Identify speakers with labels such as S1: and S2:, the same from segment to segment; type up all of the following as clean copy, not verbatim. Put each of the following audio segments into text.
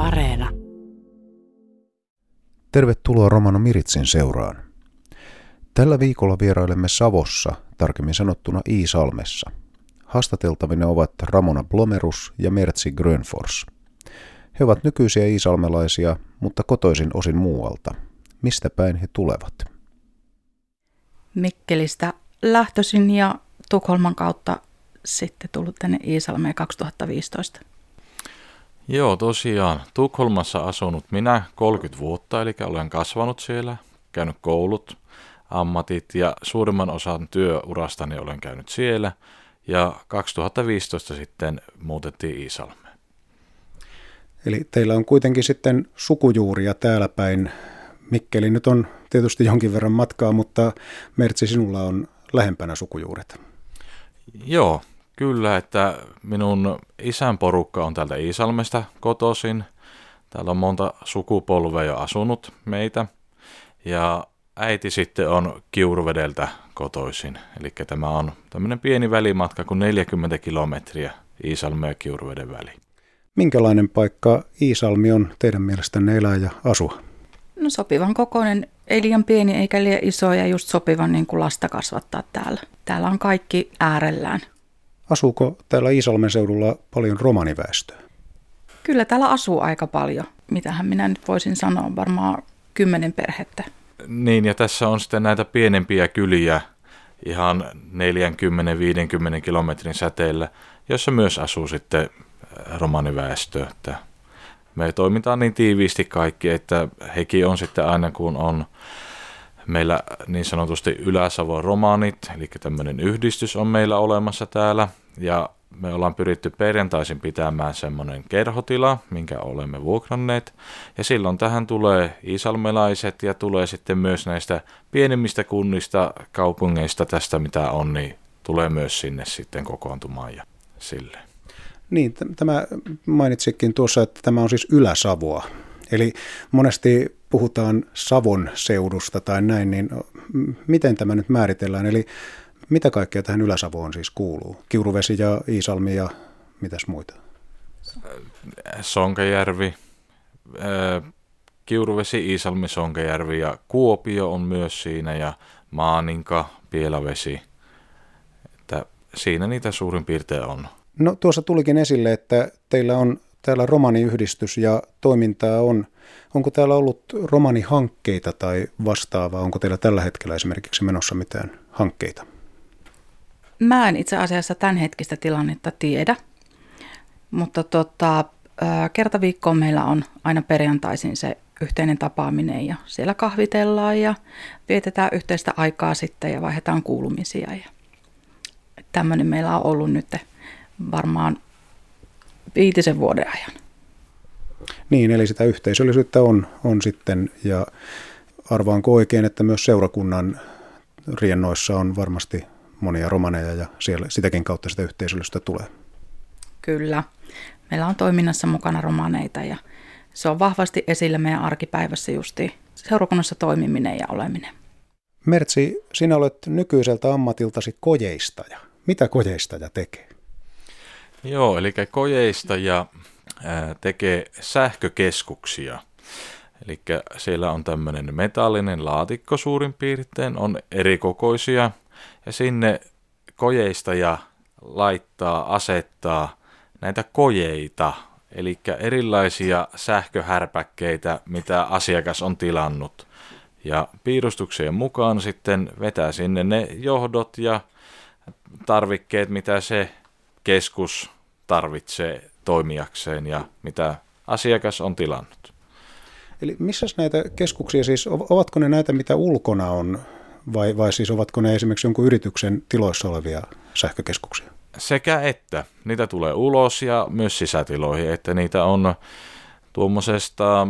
S1: Areena.
S2: Tervetuloa Romano Miritsin seuraan. Tällä viikolla vierailemme Savossa, tarkemmin sanottuna Iisalmessa. Haastateltavina ovat Ramona Blomerus ja Mertsi Grönfors. He ovat nykyisiä iisalmelaisia, mutta kotoisin osin muualta. Mistä päin he tulevat?
S3: Mikkelistä lähtöisin ja Tukholman kautta sitten tullut tänne Iisalmeen 2015.
S4: Joo, tosiaan. Tukholmassa asunut minä 30 vuotta, eli olen kasvanut siellä, käynyt koulut, ammatit ja suurimman osan työurastani olen käynyt siellä. Ja 2015 sitten muutettiin Iisalmeen.
S2: Eli teillä on kuitenkin sitten sukujuuria täällä päin. Mikkeli nyt on tietysti jonkin verran matkaa, mutta Mertsi, sinulla on lähempänä sukujuuret.
S4: Joo, kyllä, että minun isän porukka on täältä Iisalmesta kotoisin. Täällä on monta sukupolvea jo asunut meitä. Ja äiti sitten on Kiuruvedeltä kotoisin. Eli tämä on tämmöinen pieni välimatka kuin 40 kilometriä Iisalmen ja Kiuruveden väliin.
S2: Minkälainen paikka Iisalmi on teidän mielestänne elää ja asua?
S3: No sopivan kokoinen, ei liian pieni eikä liian iso ja just sopivan niin kuin lasta kasvattaa täällä. Täällä on kaikki äärellään.
S2: Asuuko täällä Iisalmen seudulla paljon romaniväestöä?
S3: Kyllä täällä asuu aika paljon. Mitähän minä nyt voisin sanoa, varmaan 10 perhettä.
S4: Niin, ja tässä on sitten näitä pienempiä kyliä ihan 40-50 kilometrin säteellä, jossa myös asuu sitten romaniväestö. Että me toimitaan niin tiiviisti kaikki, että hekin on sitten aina kun on meillä niin sanotusti Ylä-Savon romanit, eli tämmöinen yhdistys on meillä olemassa täällä, ja me ollaan pyritty perjantaisin pitämään semmoinen kerhotila, minkä olemme vuokranneet, ja silloin tähän tulee iisalmelaiset ja tulee sitten myös näistä pienemmistä kunnista, kaupungeista tästä mitä on, niin tulee myös sinne sitten kokoontumaan ja silleen.
S2: Niin, tämä mainitsikin tuossa, että tämä on siis Ylä-Savoa. Eli monesti puhutaan Savon seudusta tai näin, niin miten tämä nyt määritellään? Eli mitä kaikkea tähän Ylä-Savoon siis kuuluu? Kiuruvesi ja Iisalmi ja mitäs muita?
S4: Sonkajärvi, Kiuruvesi, Iisalmi, Sonkajärvi ja Kuopio on myös siinä ja Maaninka, Pielavesi. Että siinä niitä suurin piirtein on. No
S2: tuossa tulikin esille, että teillä on täällä romaniyhdistys ja toimintaa on. Onko täällä ollut romanihankkeita tai vastaavaa? Onko teillä tällä hetkellä esimerkiksi menossa mitään hankkeita?
S3: Mä en itse asiassa tämänhetkistä tilannetta tiedä, mutta kerta viikkoon meillä on aina perjantaisin se yhteinen tapaaminen ja siellä kahvitellaan ja vietetään yhteistä aikaa sitten ja vaihdetaan kuulumisia. Ja tämmöinen meillä on ollut nyt varmaan 5 vuoden ajan.
S2: Niin, eli sitä yhteisöllisyyttä on sitten, ja arvaanko oikein, että myös seurakunnan riennoissa on varmasti monia romaneja, ja siellä sitäkin kautta sitä yhteisöllisyyttä tulee.
S3: Kyllä. Meillä on toiminnassa mukana romaneita, ja se on vahvasti esillä meidän arkipäivässä justiin seurakunnassa toimiminen ja oleminen.
S2: Mertsi, sinä olet nykyiseltä ammatiltasi kojeistaja. Mitä kojeistaja tekee?
S4: Joo, eli kojeistaja tekee sähkökeskuksia. Eli siellä on tämmöinen metallinen laatikko suurin piirtein, on erikokoisia, ja sinne kojeistaja asettaa näitä kojeita, eli erilaisia sähköhärpäkkeitä, mitä asiakas on tilannut. Ja piirustuksien mukaan sitten vetää sinne ne johdot ja tarvikkeet, mitä se keskus tarvitsee toimijakseen ja mitä asiakas on tilannut.
S2: Eli missä näitä keskuksia siis, ovatko ne näitä mitä ulkona on vai siis ovatko ne esimerkiksi jonkun yrityksen tiloissa olevia sähkökeskuksia?
S4: Sekä että. Niitä tulee ulos ja myös sisätiloihin, että niitä on tuommoisesta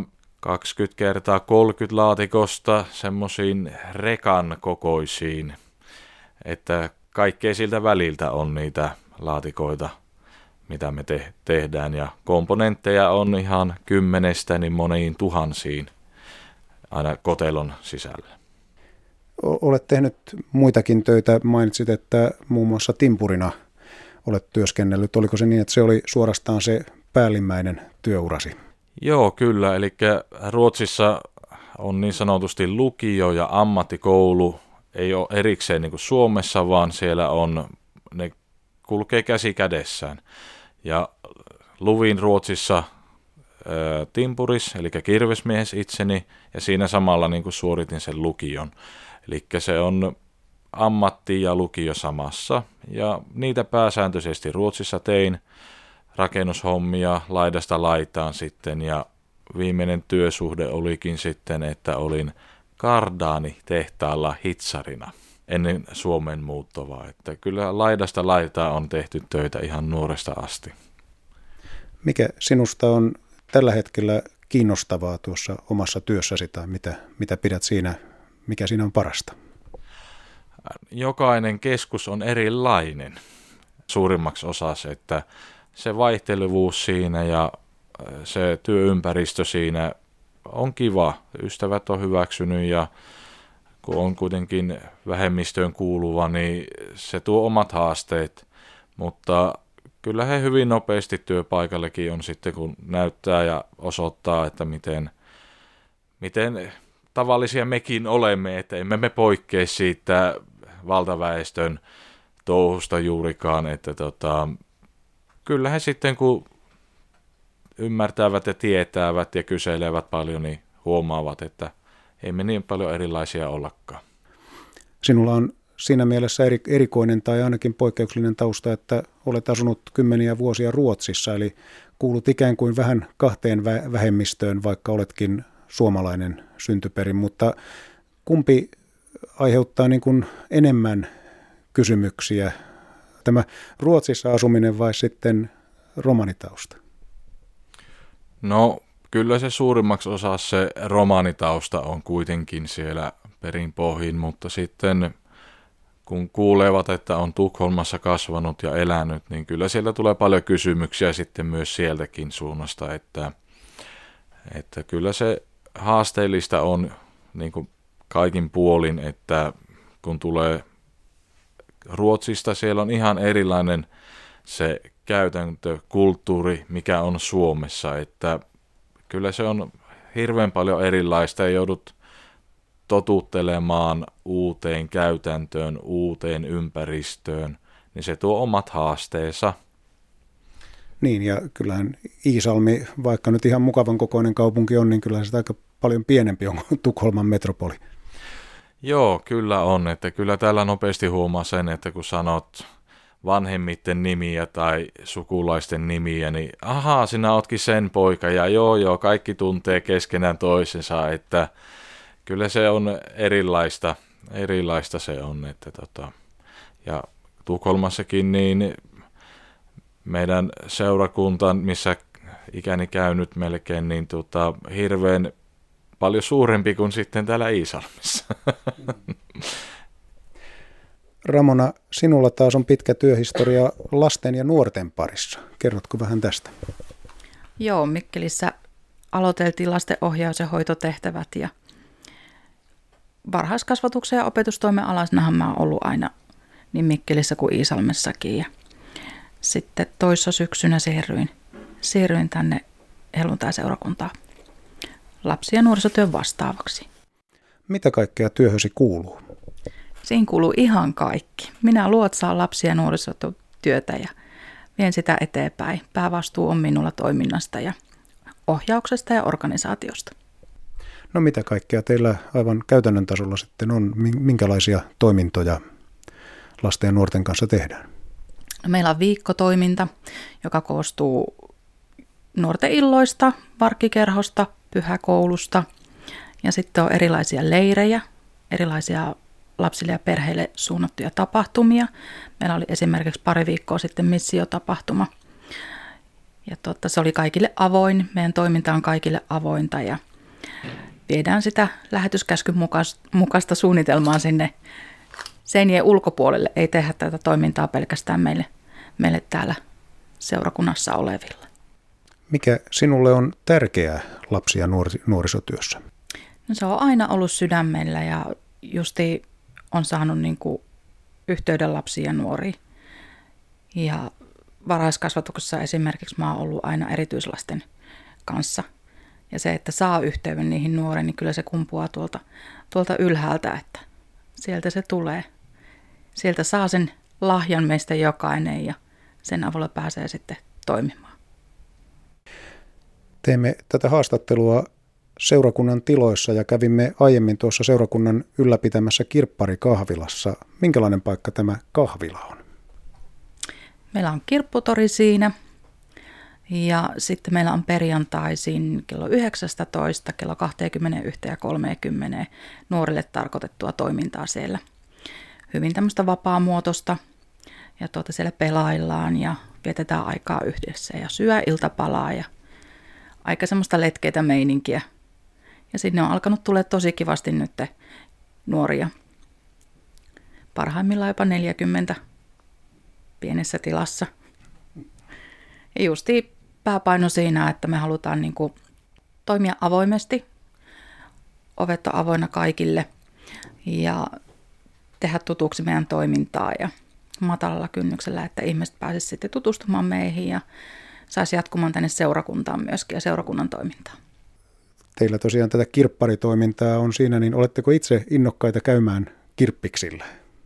S4: 20x30 laatikosta semmoisiin rekan kokoisiin, että kaikkea siltä väliltä on niitä laatikoita, mitä me tehdään, ja komponentteja on ihan 10 niin moniin tuhansiin aina kotelon sisällä.
S2: Olet tehnyt muitakin töitä, mainitsit, että muun muassa timpurina olet työskennellyt. Oliko se niin, että se oli suorastaan se päällimmäinen työurasi?
S4: Joo, kyllä. Eli Ruotsissa on niin sanotusti lukio ja ammattikoulu. Ei ole erikseen niin kuin Suomessa, vaan siellä ne kulkee käsi kädessään. Ja luvin Ruotsissa timpuris, eli kirvesmies itseni, ja siinä samalla niin kuin suoritin sen lukion. Eli se on ammatti ja lukio samassa, ja niitä pääsääntöisesti Ruotsissa tein rakennushommia laidasta laitaan sitten, ja viimeinen työsuhde olikin sitten, että olin Kardaani-tehtaalla hitsarina ennen Suomen muuttovaa, että kyllä laidasta laitaan on tehty töitä ihan nuoresta asti.
S2: Mikä sinusta on tällä hetkellä kiinnostavaa tuossa omassa työssäsi tai mitä pidät siinä, mikä siinä on parasta?
S4: Jokainen keskus on erilainen suurimmaksi osaksi, että se vaihtelevuus siinä ja se työympäristö siinä on kiva. Ystävät on hyväksynyt ja kun on kuitenkin vähemmistöön kuuluva, niin se tuo omat haasteet, mutta kyllä he hyvin nopeasti työpaikallekin on sitten, kun näyttää ja osoittaa, että miten tavallisia mekin olemme, että emme me poikkea siitä valtaväestön touhusta juurikaan, että kyllä he sitten, kun ymmärtävät ja tietävät ja kyselevät paljon, niin huomaavat, että ei me niin paljon erilaisia ollakaan.
S2: Sinulla on siinä mielessä erikoinen tai ainakin poikkeuksellinen tausta, että olet asunut kymmeniä vuosia Ruotsissa, eli kuulut ikään kuin vähän kahteen vähemmistöön, vaikka oletkin suomalainen syntyperin, mutta kumpi aiheuttaa niin kuin enemmän kysymyksiä, tämä Ruotsissa asuminen vai sitten romanitausta?
S4: No kyllä se suurimmaksi osa se romanitausta on kuitenkin siellä perinpohjin, mutta sitten kun kuulevat, että on Tukholmassa kasvanut ja elänyt, niin kyllä siellä tulee paljon kysymyksiä sitten myös sieltäkin suunnasta, että kyllä se haasteellista on niin kuin kaikin puolin, että kun tulee Ruotsista, siellä on ihan erilainen se käytäntö, kulttuuri, mikä on Suomessa, että kyllä se on hirveän paljon erilaista ja joudut totuttelemaan uuteen käytäntöön, uuteen ympäristöön, niin se tuo omat haasteensa.
S2: Niin, ja kyllähän Iisalmi, vaikka nyt ihan mukavan kokoinen kaupunki on, niin kyllähän se aika paljon pienempi on kuin Tukholman metropoli.
S4: Joo, kyllä on, että kyllä täällä nopeasti huomaa sen, että kun sanot vanhemmitten nimiä tai sukulaisten nimiä, niin ahaa, sinä ootkin sen poika, ja joo, kaikki tuntee keskenään toisensa, että kyllä se on erilaista se on, että ja Tukholmassakin niin meidän seurakuntaan, missä ikäni käynyt melkein, niin hirveän paljon suurempi kuin sitten täällä Iisalmessa.
S2: Ramona, sinulla taas on pitkä työhistoria lasten ja nuorten parissa. Kerrotko vähän tästä?
S3: Joo, Mikkelissä aloiteltiin lastenohjaus- ja hoitotehtävät ja varhaiskasvatuksen ja opetustoimen alasnahan mä oon ollut aina niin Mikkelissä kuin Iisalmessakin. Ja sitten toissa syksynä siirryin tänne helluntaiseurakuntaan lapsi- ja nuorisotyön vastaavaksi.
S2: Mitä kaikkea työhösi kuuluu?
S3: Siinä kuuluu ihan kaikki. Minä luotsaan lapsi- ja nuorisotyötä ja vien sitä eteenpäin. Päävastuu on minulla toiminnasta ja ohjauksesta ja organisaatiosta.
S2: No mitä kaikkea teillä aivan käytännön tasolla sitten on? Minkälaisia toimintoja lasten ja nuorten kanssa tehdään?
S3: No, meillä on viikkotoiminta, joka koostuu nuorten illoista, varkkikerhosta, pyhäkoulusta ja sitten on erilaisia leirejä, erilaisia lapsille ja perheille suunnattuja tapahtumia. Meillä oli esimerkiksi pari viikkoa sitten missiotapahtuma. Ja se oli kaikille avoin. Meidän toiminta on kaikille avointa ja viedään sitä lähetyskäskyn mukaista suunnitelmaa sinne seinien ulkopuolelle. Ei tehdä tätä toimintaa pelkästään meille täällä seurakunnassa olevilla.
S2: Mikä sinulle on tärkeää lapsi- ja nuorisotyössä?
S3: No, se on aina ollut sydämellä ja justi on saanut yhteyden lapsiin ja nuoriin. Ja varhaiskasvatuksessa esimerkiksi mä oon ollut aina erityislasten kanssa Ja se, että saa yhteyden niihin nuoriin, niin kyllä se kumpuaa tuolta ylhäältä, että sieltä se tulee. Sieltä saa sen lahjan meistä jokainen ja sen avulla pääsee sitten toimimaan.
S2: Teemme tätä haastattelua seurakunnan tiloissa ja kävimme aiemmin tuossa seurakunnan ylläpitämässä kirpparikahvilassa. Minkälainen paikka tämä kahvila on?
S3: Meillä on kirpputori siinä ja sitten meillä on perjantaisin kello 19, kello 21 ja 30 nuorille tarkoitettua toimintaa siellä. Hyvin tämmöistä vapaamuotoista ja siellä pelaillaan ja vietetään aikaa yhdessä ja syö iltapalaa ja aika semmoista letkeitä meininkiä. Ja sinne on alkanut tulla tosi kivasti nyt nuoria. Parhaimmillaan jopa 40 pienessä tilassa. Ja justi pääpaino siinä, että me halutaan niin kuin toimia avoimesti. Ovet on avoinna kaikille ja tehdä tutuksi meidän toimintaa ja matalalla kynnyksellä, että ihmiset pääsisivät sitten tutustumaan meihin ja saisi jatkumaan tänne seurakuntaan myöskin ja seurakunnan toimintaan.
S2: Teillä tosiaan tätä kirpparitoimintaa on siinä, niin oletteko itse innokkaita käymään kirppiksillä?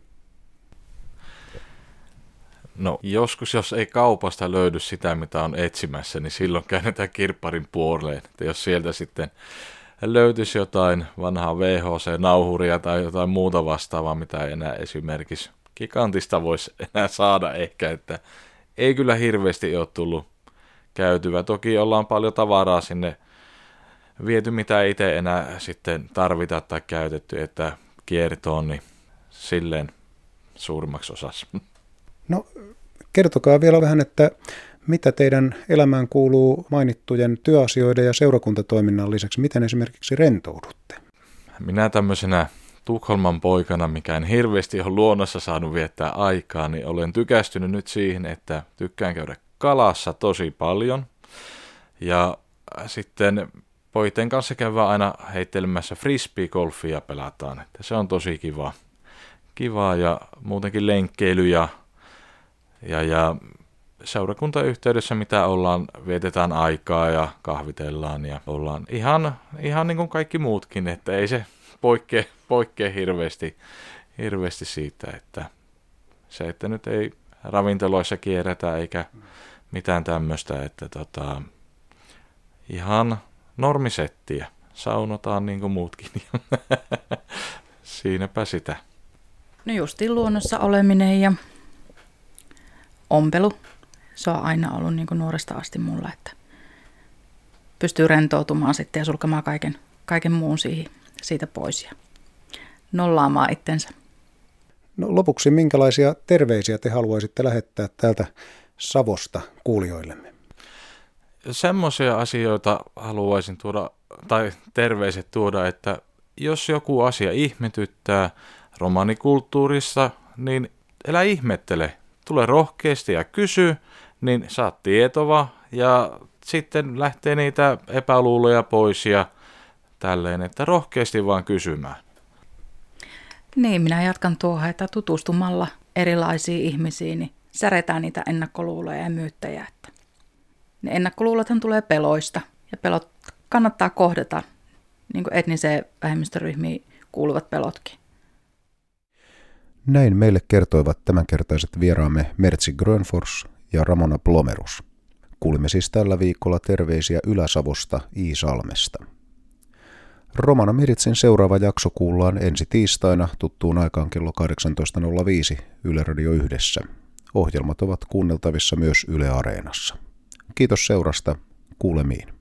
S4: No joskus, jos ei kaupasta löydy sitä, mitä on etsimässä, niin silloin käännetään kirpparin puoleen. Että jos sieltä sitten löytyisi jotain vanhaa VHC-nauhuria tai jotain muuta vastaavaa, mitä ei enää esimerkiksi Gigantista voisi enää saada ehkä, että ei kyllä hirveästi ole tullut käytyä. Toki ollaan paljon tavaraa sinne viety, mitä ei itse enää sitten tarvita tai käytetty, että kiertoon, niin silleen suurimmaksi osassa.
S2: No kertokaa vielä vähän, että mitä teidän elämään kuuluu mainittujen työasioiden ja seurakuntatoiminnan lisäksi? Miten esimerkiksi rentoudutte?
S4: Minä tämmöisenä Tukholman poikana, mikä en hirveästi ole luonnossa saanut viettää aikaa, niin olen tykästynyt nyt siihen, että tykkään käydä kalassa tosi paljon. Ja sitten poiten kanssa käydään aina heittelemässä frisbee-golfia pelataan. Että se on tosi kivaa ja muutenkin lenkkeily ja seurakuntayhteydessä, mitä ollaan, vietetään aikaa ja kahvitellaan ja ollaan ihan niin kuin kaikki muutkin, että ei se poikkea hirveästi siitä, että se, että nyt ei ravintoloissa kierretä eikä mitään tämmöistä, että ihan normisettiä, saunotaan niin kuin muutkin. Siinäpä sitä.
S3: No justiin luonnossa oleminen ja ompelu, se on aina ollut niin kuin nuoresta asti mulla, että pystyy rentoutumaan sitten ja sulkemaan kaiken muun siitä pois ja nollaamaan itsensä.
S2: No lopuksi, minkälaisia terveisiä te haluaisitte lähettää täältä Savosta kuulijoillemme?
S4: Semmoisia asioita haluaisin tuoda, tai terveiset tuoda, että jos joku asia ihmetyttää romanikulttuurissa, niin älä ihmettele. Tule rohkeasti ja kysy, niin saat tietoa ja sitten lähtee niitä epäluuloja pois ja tälleen, että rohkeasti vaan kysymään.
S3: Niin, minä jatkan tuohon, että tutustumalla erilaisiin ihmisiin, niin säretään niitä ennakkoluuloja ja myyttejä. Että ne ennakkoluulothan tulee peloista ja pelot kannattaa kohdata, niin kuin etniseen vähemmistöryhmiin kuuluvat pelotkin.
S2: Näin meille kertoivat tämänkertaiset vieraamme Mertsi Grönfors ja Ramona Plomerus. Kuulimme siis tällä viikolla terveisiä Ylä-Savosta Iisalmesta. Romana Miritsin seuraava jakso kuullaan ensi tiistaina tuttuun aikaan kello 18.05 Yle Radio 1. Ohjelmat ovat kuunneltavissa myös Yle Areenassa. Kiitos seurasta. Kuulemiin.